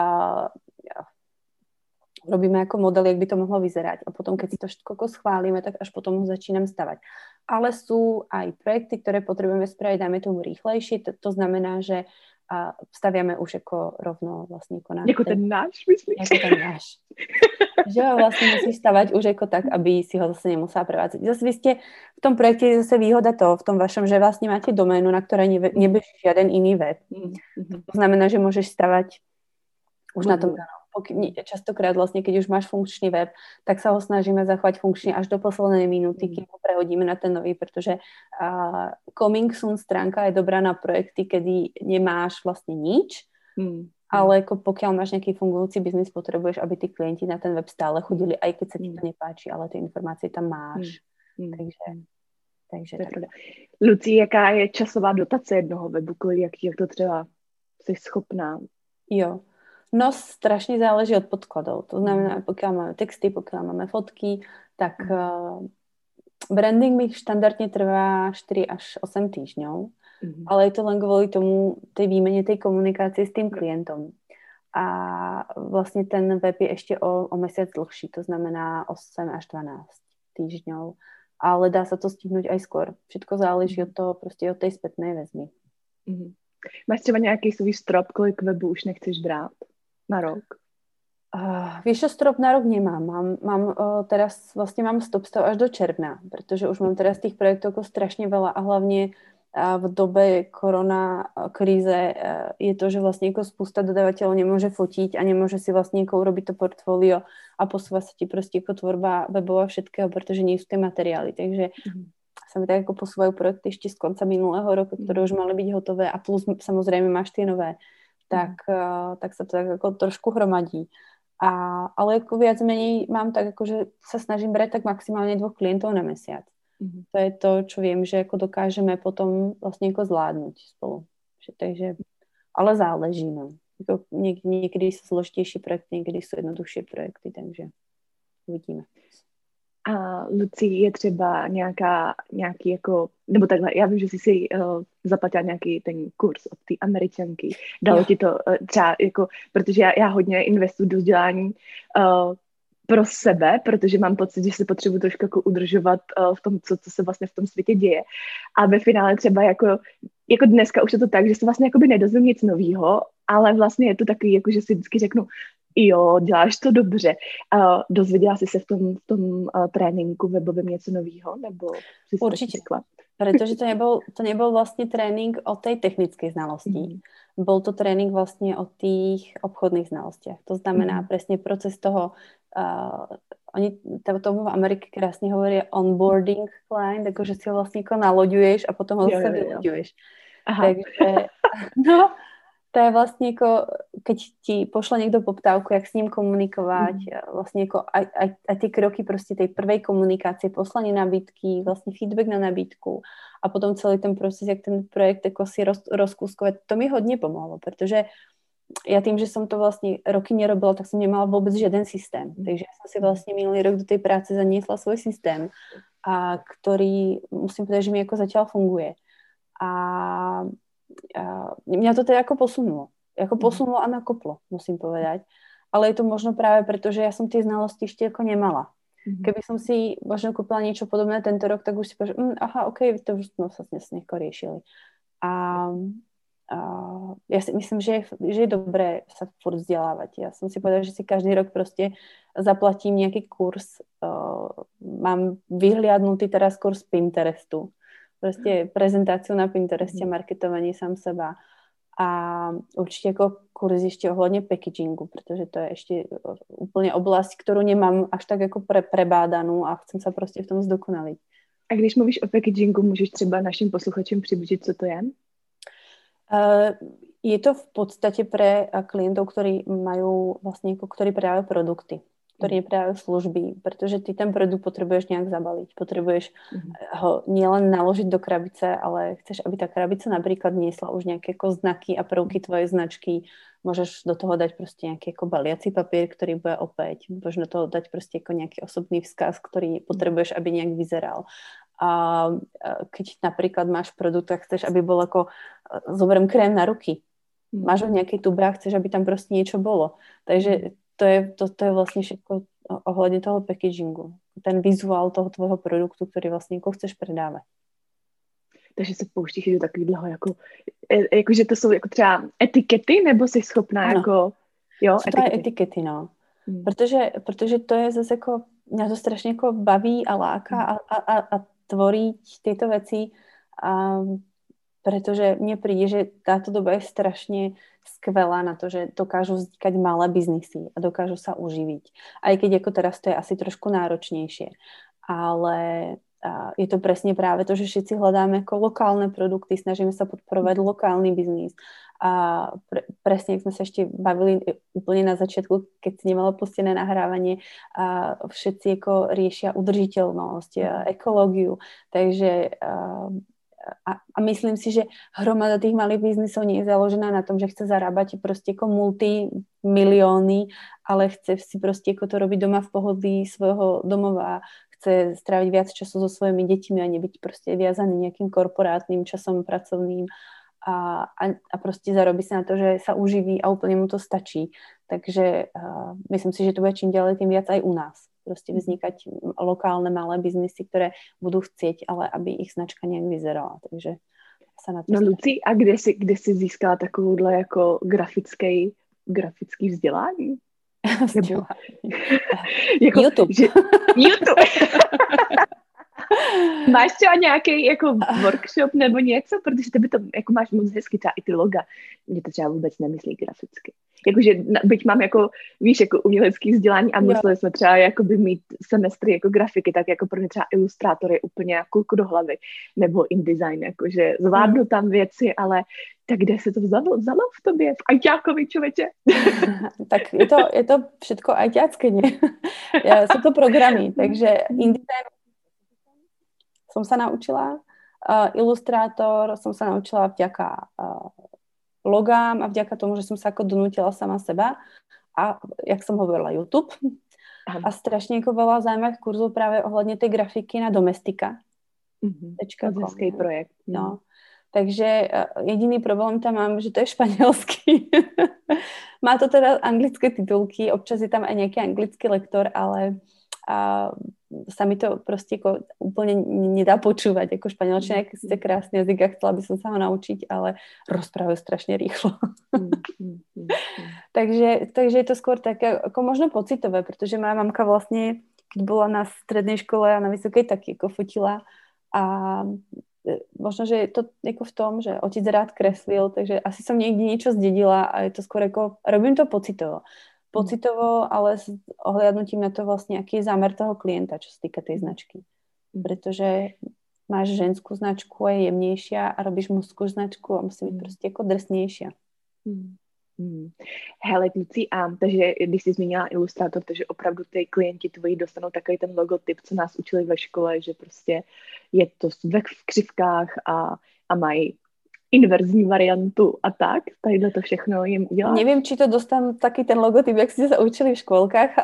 B: robíme ako model, jak by to mohlo vyzerať. A potom, keď si to všetko schválime, tak až potom ho začínam stavať. Ale sú aj projekty, ktoré potrebujeme spraviť, dáme tomu rýchlejšie. To znamená, že staviame už ako rovno vlastne na...
A: Jako ten náš, myslíš?
B: Jako ten náš. Že ho vlastne musíš stavať už ako tak, aby si ho zase nemusela prevádzať. Zase vy ste v tom projekte je zase výhoda toho, v tom vašom, že vlastne máte doménu, na ktorej nebeží žiaden iný web. To znamená, že môžeš stavať už na tom kanálu. Častokrát vlastne, keď už máš funkčný web, tak sa ho snažíme zachovať funkčne až do poslednej minúty, kým ho prehodíme na ten nový, pretože coming soon stránka je dobrá na projekty, kedy nemáš vlastne nič, ale pokiaľ máš nejaký fungujúci biznis, potrebuješ, aby tí klienti na ten web stále chodili, aj keď sa ti to nepáči, ale tie informácie tam máš. Takže
A: to tak. Lucí, jaká je časová dotace jednoho webu? Jak to třeba jsi schopná?
B: Jo. No, strašne záleží od podkladov. To znamená, pokiaľ máme texty, pokiaľ máme fotky, tak branding mi štandardne trvá 4 až 8 týždňov, ale je to len kvôli tomu tej výmene, tej komunikácie s tým klientom. A vlastne ten web je ešte o mesiac dlhší, to znamená 8 až 12 týždňov. Ale dá sa to stihnúť aj skôr. Všetko záleží od toho, proste od tej spätnej väzby.
A: Máš třeba nějaký svůj strop, kolik webu už nechceš brát na rok?
B: Vieš, strop na rok nemám. Mám teraz vlastne mám stop stav až do června, pretože už mám teraz tých projektov strašne veľa a hlavne v dobe korona kríze je to, že vlastne spústa dodávateľov nemôže fotiť a nemôže si vlastne urobiť to portfólio a posúva sa ti proste tvorba webová všetkého, pretože nie sú tie materiály. Takže sa mi tak posúvajú projekty ešte z konca minulého roku, ktoré už mali byť hotové a plus samozrejme máš tie nové. Tak sa to tak trošku hromadí. Ale viac menej mám tak, že sa snažím brať tak maximálne 2 klientov na mesiac. To je to, čo viem, že dokážeme potom vlastne zvládnuť spolu. Takže, ale záleží. No. Niekedy sú zložitejšie projekty, niekedy sú jednoduchšie projekty, takže uvidíme.
A: A Lucí, je třeba nějaký jako, nebo takhle, já vím, že jsi si zaplatila nějaký ten kurz od té Američanky. Dalo ti to třeba jako, protože já hodně investuju do vzdělání pro sebe, protože mám pocit, že se potřebuji trošku jako udržovat v tom, co se vlastně v tom světě děje. A ve finále třeba jako dneska už je to tak, že se vlastně jakoby nedozvím nic novýho, ale vlastně je to takový, jako že si vždycky řeknu, jo, děláš to dobře. Dozvěděla jsi se v tom tréninku webovém něco novýho? Nebo si
B: určite, pretože to nebol vlastne tréning o tej technickej znalosti. Bol to tréning vlastne o tých obchodných znalostiach. To znamená presne proces toho, oni tomu v Amerike krásne hovoria onboarding client, akože si ho vlastne naloďuješ a potom ho zase vyloďuješ. Takže, no, to je vlastne keď ti pošle niekto poptávku, jak s ním komunikovať, vlastne aj tie kroky proste tej prvej komunikácie, poslanie nabídky, vlastne feedback na nabídku a potom celý ten proces, jak ten projekt si rozkúskovať, to mi hodne pomohlo, pretože ja tým, že som to vlastne roky nerobila, tak som nemala vôbec žiaden systém. Takže ja som si vlastne minulý rok do tej práce zaniesla svoj systém, ktorý musím povedať, že mi zatiaľ funguje. A mňa to teda posunulo. Posunulo a nakoplo, musím povedať. Ale je to možno práve preto, že ja som tie znalosti ešte nemala. Keby som si možno kúpila niečo podobné tento rok, tak už si povedal, to už sme sa riešili. Ja si myslím, že je dobré sa furt vzdelávať. Ja som si povedala, že si každý rok proste zaplatím nejaký kurz. Mám vyhliadnutý teraz kurz Pinterestu. Proste prezentáciu na Pintereste, marketovanie sám seba a určite kurz ešte ohľadne packagingu, pretože to je ešte úplne oblasť, ktorú nemám až tak prebádanú a chcem sa proste v tom zdokonaliť.
A: A když mluvíš o packagingu, můžeš třeba našim posluchačům přiblížit, co to je?
B: Je to v podstate pre klientov, ktorí majú vlastne, ktorí predávajú produkty, ktorí nepredávajú služby, pretože ty ten produkt potrebuješ nejak zabaliť. Potrebuješ ho nielen naložiť do krabice, ale chceš, aby tá krabica napríklad niesla už nejaké znaky a prvky tvojej značky. Môžeš do toho dať proste nejaký baliaci papier, ktorý bude opäť. Môžeš do toho dať proste nejaký osobný vzkaz, ktorý potrebuješ, aby nejak vyzeral. keď napríklad máš produkt, tak chceš, aby bol ako, zoberiem krém na ruky. Máš ho v nejakej tube a chceš, aby tam proste niečo bolo. Takže to je vlastne všetko ohľadne toho packagingu. Ten vizuál toho tvojho produktu, ktorý vlastne ako chceš predávať.
A: Takže se pouštíš do takového jako že to jsou jako třeba etikety, nebo jsi schopná
B: ano.
A: jako, jo,
B: jsou to aj etikety, no. Protože to je zase jako, mňa to strašně jako baví a láká a tvoriť tieto veci, pretože mne príde, že táto doba je strašne skvelá na to, že dokážu vznikať malé biznisy a dokážu sa uživiť. Aj keď ako teraz to je asi trošku náročnejšie. Ale je to presne práve to, že všetci hľadáme ako lokálne produkty, snažíme sa podporovať lokálny biznis. A presne, jak sme sa ešte bavili úplne na začiatku, keď si nemala pustené nahrávanie, a všetci ako riešia udržiteľnosť, ekológiu. Takže a myslím si, že hromada tých malých biznisov nie je založená na tom, že chce zarábať proste ako multimilióny, ale chce si proste ako to robiť doma v pohodlí svojho domova, chce stráviť viac času so svojimi deťmi a nebyť proste viazaný nejakým korporátnym časom pracovným a proste zarobí sa na to, že sa uživí a úplne mu to stačí. Takže myslím si, že to bude čím ďalej tým viac aj u nás. Proste vznikať lokálne malé biznisy, ktoré budú chcieť, ale aby ich značka nejak vyzerala. Takže sa na to...
A: No Luci, a kde jsi získala takovouhle jako grafický vzdělání?
B: Jako, YouTube.
A: YouTube. Máš třeba nějaký jako workshop nebo něco? Protože tebe to jako máš moc hezky, třeba i ty loga. Mě to třeba vůbec nemyslí graficky. Jakože byť mám jako, víš, jako umělecký vzdělání a mysleli jsme třeba jakoby mít semestry jako grafiky, tak jako pro mě třeba ilustrátor je úplně jako do hlavy. Nebo InDesign, jakože zvládnu tam věci, ale tak kde se to vzalo v tobě? V ajťákovi, člověče?
B: Tak je to všetko ajťácké, nie? Sú to programy, takže InDesign som sa naučila, ilustrátor som sa naučila vďaka logám a vďaka tomu, že som sa ako donútila sama seba a, jak som hovorila, YouTube. A strašne ako veľa zaujímavých kurzov práve ohľadne tej grafiky na domestika.
A: Hezký projekt.
B: No. Takže jediný problém tam mám, že to je španielsky. Má to teda anglické titulky, občas je tam aj nejaký anglický lektor, ale sa mi to proste ako úplne nedá počúvať. Ako španielčina je síce krásny jazyk a chcela by som sa ho naučiť, ale rozprávajú strašne rýchlo. takže je to skôr také ako možno pocitové, pretože moja mamka vlastne, keď bola na strednej škole a na vysokej, tak ako fotila a možno, že je to ako v tom, že otec rád kreslil, takže asi som niekde niečo zdedila a je to skôr ako, robím to pocitovo, ale s ohľadnutím na to vlastne, aký je zámer toho klienta, čo sa týka tej značky. Pretože máš ženskú značku a je jemnejšia a robíš mužskú značku a musí byť proste ako drsnejšia.
A: Hele, Luci, takže když jsi zmínila ilustrátor, takže opravdu ty klienti tvoji dostanou takový ten logotyp, co nás učili ve škole, že prostě je to v křivkách a mají inverzní variantu a tak. Tadyhle to všechno jim dělá.
B: Neviem, či to dostanú taký ten logotyp, jak ste sa učili v škôlkach.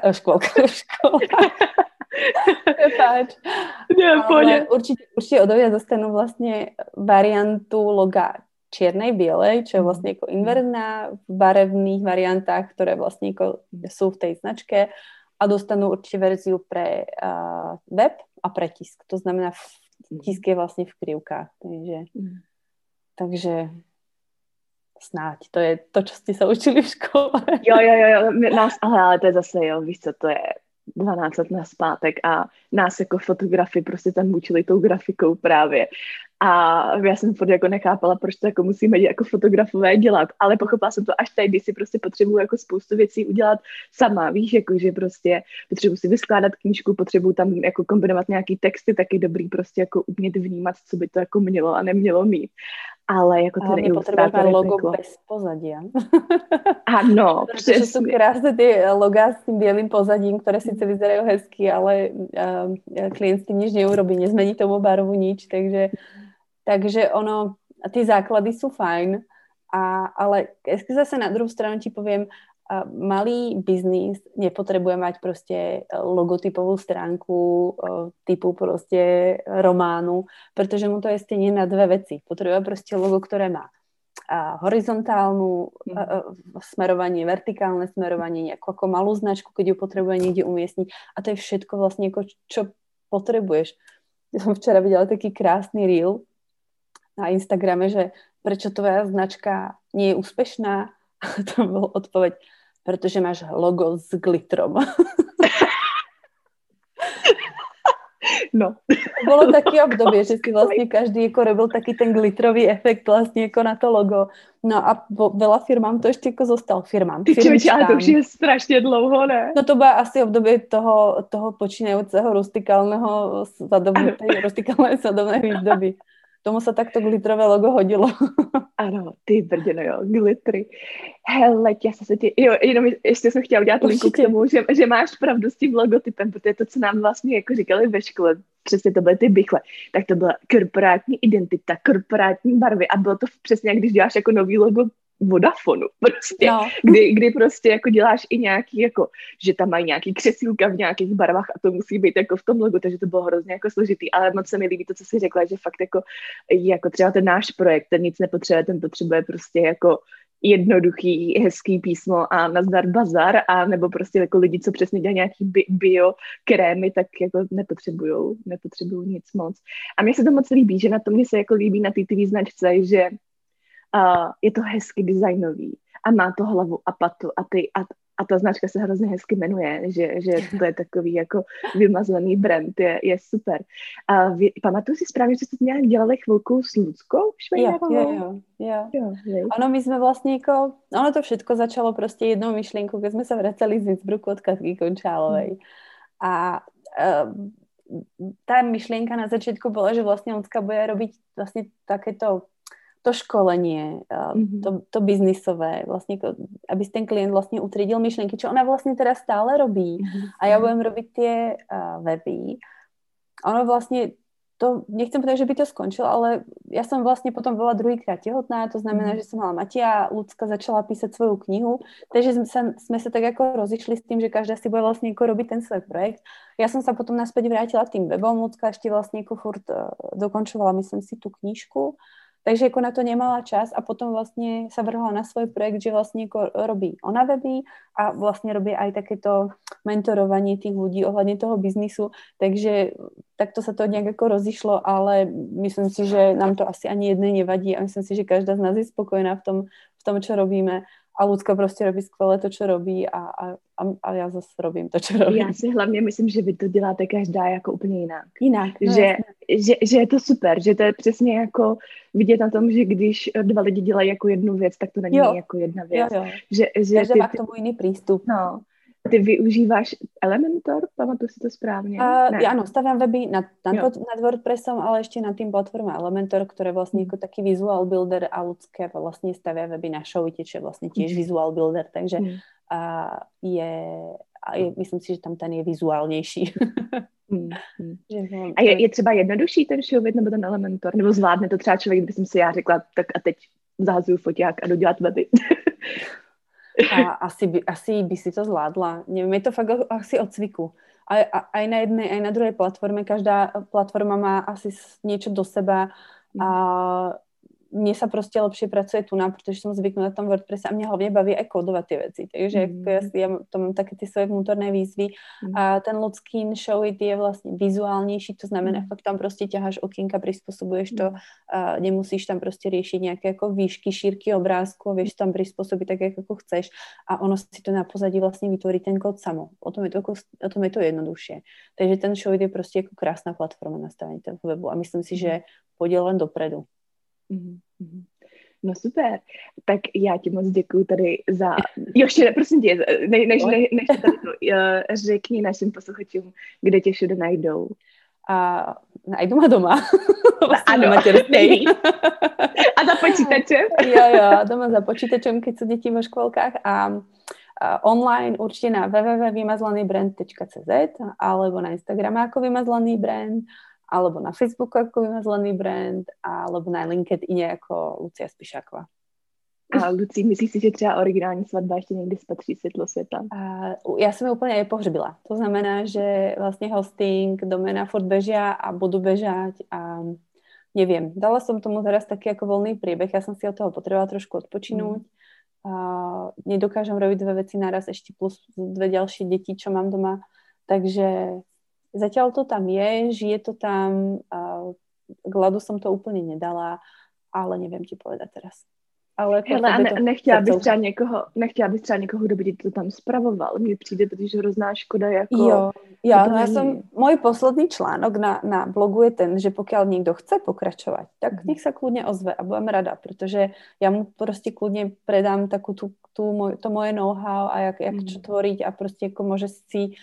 B: Ale určite odovia dostanú vlastne variantu loga čiernej, bielej, čo je vlastne ako inverzná v barevných variantách, ktoré vlastne ako sú v tej značke a dostanú určite verziu pre web a pre tisk. To znamená, tisk je vlastne v krivkách. Takže snáď, to je to, čo ste sa učili v škole.
A: Jo, ale to je zase, víš co, to je 12 let nazpátek a nás jako fotografy prostě tam učili tou grafikou právě. A já jsem furt jako nechápala, proč to jako musíme jako fotografové dělat, ale pochopila jsem to až tady, když si prostě potřebuju jako spoustu věcí udělat sama, víš, jako že prostě potřebuji si vyskládat knížku, potřebuji tam jako kombinovat nějaký texty, taky dobrý prostě jako umět vnímat, co by to jako mělo a nemělo mít. Ale jako ten ilustrátor je
B: logo peklo. Bez pozadia.
A: Ano,
B: přesně. Sú krásne tie logá s tým bielým pozadím, ktoré síce vyzerajú hezky, ale klient s tým nič neurobí, nezmení tomu barvu nič, takže ono, tí základy sú fajn, ale zase na druhú stranu ti poviem, malý biznis nepotrebuje mať proste logotypovú stránku typu proste románu, pretože mu to je stejne na dve veci. Potrebuje proste logo, ktoré má horizontálnu smerovanie, vertikálne smerovanie, nejakú ako malú značku, keď ju potrebuje niekde umiestniť. A to je všetko vlastne, ako, čo potrebuješ. Ja som včera videla taký krásny reel na Instagrame, že prečo tvoja značka nie je úspešná. A to bol odpoveď, pretože máš logo s glitterom.
A: No.
B: Bolo také obdobie, že si vlastne každý ako robil taký ten glitterový efekt vlastne ako na to logo. No a veľa firmám to ešte ako zostal firmám.
A: Ty čo, ale to už je strašne dlouho, ne?
B: No to bude asi obdobie toho počínajúceho rustikálnej sadovnej výzdoby. Tomu sa takto glitterové logo hodilo.
A: Ano, ty brdě, no jo, glittery. Hele, já se tě, jo, jenom ještě jsem chtěla udělat linku k tomu, že máš pravdu s tím logotypem, protože to, co nám vlastně jako říkali ve škole, přesně to byly ty bichle, tak to byla korporátní identita, korporátní barvy a bylo to přesně, jak když děláš jako nový logo Vodafonu, prostě, no. kdy prostě jako děláš i nějaký, jako, že tam mají nějaký křesílka v nějakých barvách a to musí být jako v tom logu, takže to bylo hrozně jako složitý, ale moc se mi líbí to, co jsi řekla, že fakt jako třeba ten náš projekt, ten nic nepotřebuje, ten potřebuje prostě jako jednoduchý, hezký písmo a nazdar bazar, a nebo prostě jako lidi, co přesně dělají nějaký bio krémy, tak jako nepotřebujou nic moc. A mně se to moc líbí, že na to mě se jako líbí na té značce, že je to hezky designový a má to hlavu a patu a ta značka se hrozně hezky jmenuje, že to je takový jako vymazlený brand, je super. A pamatuju si správně, že jste nějak dělali chvilku s Luckou Švejnarovou?
B: Jo. Ono my sme vlastne ono to všetko začalo proste jednou myšlienkou, keď sme sa vracali z Innsbrucku od Katky Končálovej. A tá myšlienka na začiatku bola, že vlastne Lucka bude robiť vlastne takéto to školenie, to biznisové, vlastne, aby ten klient vlastne utriedil myšlienky, čo ona vlastne teraz stále robí. A ja budem robiť tie weby. Ono vlastne, to nechcem povedať, že by to skončilo, ale ja som vlastne potom bola druhýkrát tehotná, to znamená, že som mala Matia, Lucka začala písať svoju knihu, takže sme sa tak ako rozišli s tým, že každá si bude vlastne ako robiť ten svoj projekt. Ja som sa potom naspäť vrátila tým webom, Lucka ešte vlastne ako furt dokončovala, myslím si, tú knižku. Takže ako na to nemala čas a potom vlastne sa vrhla na svoj projekt, že vlastne ako robí ona weby a vlastne robí aj takéto mentorovanie tých ľudí ohľadne toho biznisu. Takže takto sa to nejak ako rozišlo, ale myslím si, že nám to asi ani jednej nevadí a myslím si, že každá z nás je spokojná v tom, čo robíme. A Lucka prostě robí skvěle to, čo robí a já zase robím to, čo robím.
A: Já si hlavně myslím, že vy to děláte každá jako úplně jinak.
B: No
A: že je to super, že to je přesně jako vidět na tom, že když dva lidi dělají jako jednu věc, tak to není jako jedna věc.
B: Jo.
A: Že
B: každá má k tomu jiný přístup.
A: No. Ty využíváš Elementor? Pamatuju si to správně?
B: Ja áno, staviam weby nad WordPressom, ale ešte nad tým platforma Elementor, ktoré vlastne ako taký visual builder a ľudské vlastne stavia weby na Showite, čo je vlastne tiež visual builder, takže myslím si, že tam ten je vizuálnější.
A: A je třeba jednodušší ten Showit nebo ten Elementor? Nebo zvládne to třeba člověk, kdyby jsem si já řekla, tak a teď zahazuju foťák a jdu dělat weby?
B: A asi by si to zvládla. Neviem, je to fakt asi od cviku. Aj na jednej, aj na druhej platforme. Každá platforma má asi niečo do seba a mne sa proste lepšie pracuje tu, pretože som zvyknutá na tom WordPresse a mňa hlavne baví aj kódovať tie veci. Takže ja to mám také tie svoje vnútorné výzvy a ten Luckin Showit je vlastne vizuálnejší, to znamená, fakt tam proste ťaháš okienka, prispôsobuješ to, nemusíš tam proste riešiť nejaké ako výšky, šírky obrázku, vieš tam prispôsobiť tak, ako chceš a ono si to na pozadí vlastne vytvorí ten kód samo. O tom je to jednoduchšie. Takže ten Showit je proste ako krásna platforma na stavení toho webu a myslím si, že pôjde len dopredu.
A: No super, tak já ti moc děkuju tady za... Ještě prosím tě, než tady to, řekni našim posluchačům, kde tě všude najdou.
B: Najdu ma doma.
A: Ano, a za počítačem.
B: Jo, doma za počítačem, keď sú deti vo škôlkach a online určite na www.vymazlanýbrand.cz alebo na Instagrame ako Vymazlaný brand alebo na Facebooku ako Vymazlaný brand, alebo na LinkedIne ako Lucia Spišáková.
A: A Lucí, myslíš si, že třeba originální svatba ještě někdy spatří světlo světa?
B: Ja som ju úplne aj pohřbila. To znamená, že vlastne hosting, domena furt bežia a budú bežať a neviem. Dala som tomu teraz taký ako voľný priebeh. Ja som si od toho potrebovala trošku odpočinúť. Nedokážem robiť dve veci naraz, ešte plus dve ďalšie deti, čo mám doma. Takže zatiaľ to tam je, žije to tam. K ľadu som to úplne nedala, ale neviem ti povedať teraz. Ale
A: hele, a nechtěla bys třeba někoho, kdo by ti to tam spravoval. Mně přijde totiž hrozná škoda. Jako,
B: môj posledný článok na blogu je ten, že pokiaľ niekto chce pokračovať, tak nech sa kľudne ozve a budem rada, pretože ja mu proste kľudne predám takú to moje know-how a jak čo tvoriť a proste ako môže si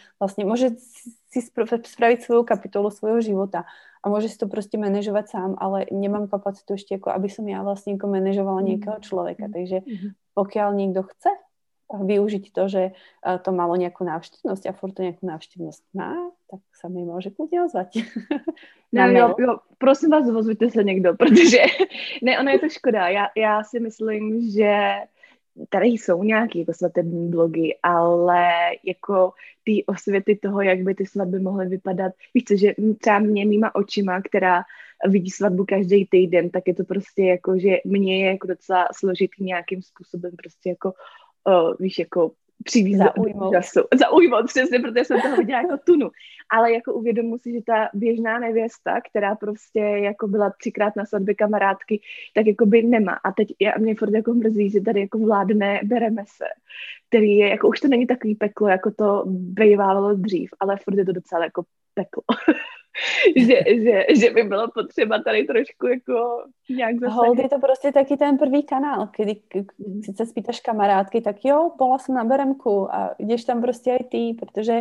B: spraviť svoju kapitolu svojho života a môže si to proste manažovať sám, ale nemám kapacitu ešte ako, aby som ja vlastne ako manažovala niekoho človeka, takže pokiaľ niekto chce využiť to, že to malo nejakú návštevnosť a furt to nejakú návštevnosť má, tak sa mi môže kľudne ozvať.
A: Jo, prosím vás, ozvěte se někdo, protože ne, ono je to škoda. Já si myslím, že tady jsou nějaké jako svatební blogy, ale jako ty osvěty toho, jak by ty svatby mohly vypadat, víš co, že třeba mýma očima, která vidí svatbu každý týden, tak je to prostě jako, že mě je jako docela složitý nějakým způsobem prostě jako víš, jako přivít zaujmout, přesně, protože jsem toho viděla jako tunu. Ale jako uvědomuji si, že ta běžná nevěsta, která prostě jako byla 3krát na svatbě kamarádky, tak jako by nemá. A teď mě furt jako mrzí, že tady jako vládne bereme se, který je, jako už to není takový peklo, jako to bejvávalo dřív, ale furt je to docela jako peklo. že by bylo potřeba tady trošku jako nějak zase...
B: Hold je to prostě taky ten prvý kanál, kedy sice spýtaš kamarádky, tak jo, bola som na beremku a ideš tam prostě aj ty, protože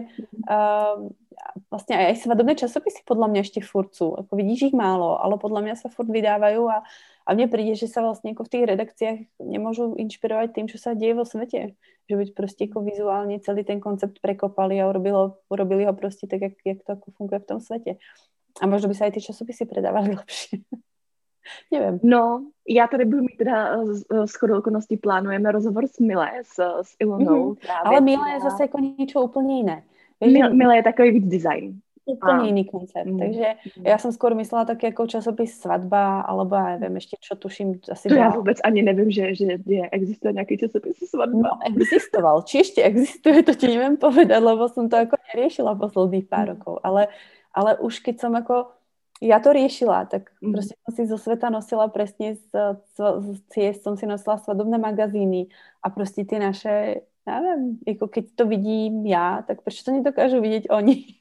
B: vlastne aj svadobné časopisy podľa mňa ešte furt sú. Ako vidíš ich málo, ale podľa mňa sa furt vydávajú a mne príde, že sa vlastne ako v tých redakciách nemôžu inšpirovať tým, čo sa deje vo svete. Že byť proste ako vizuálne celý ten koncept prekopali a urobili ho proste tak, jak to ako funguje v tom svete. A možno by sa aj tie časopisy predávali lepšie. Neviem.
A: No, já tady budu mít teda shodou okolností plánujeme rozhovor s Milé, s Ilonou.
B: Ale Milé je zase jako niečo úplne iné.
A: Milé je takový víc design.
B: Úplne iný koncept. Takže ja som skôr myslela tak jako časopis Svadba, alebo ja neviem ešte, čo tuším. Asi
A: to ja vôbec ani neviem, že existuje nejaký časopis Svadba.
B: No, existoval. Či ešte existuje, to ti neviem povedať, lebo som to ako neriešila posledných pár rokov. Ale už keď som ako ja to riešila, tak proste som si zo sveta nosila presne z ciest, som si nosila svadobné magazíny a proste tie naše, ja neviem, ako keď to vidím ja, tak prečo to nedokážu vidieť oni?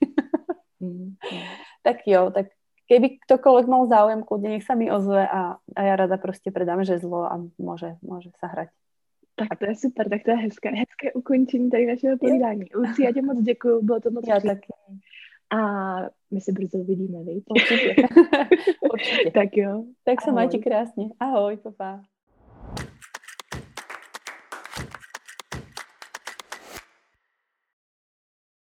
B: Tak jo, tak keby ktokoľvek mal záujem, kľudne nech sa mi ozve a ja rada proste predám žezlo a môže sa hrať.
A: Tak to je super, tak to je hezké ukončení tady našeho povídání. Lucie, já tě moc děkuju, bylo to moc
B: příjemné.
A: A my se brzo uvidíme, viď?
B: Určite.
A: Tak jo.
B: Tak sa majte krásne. Ahoj, papa.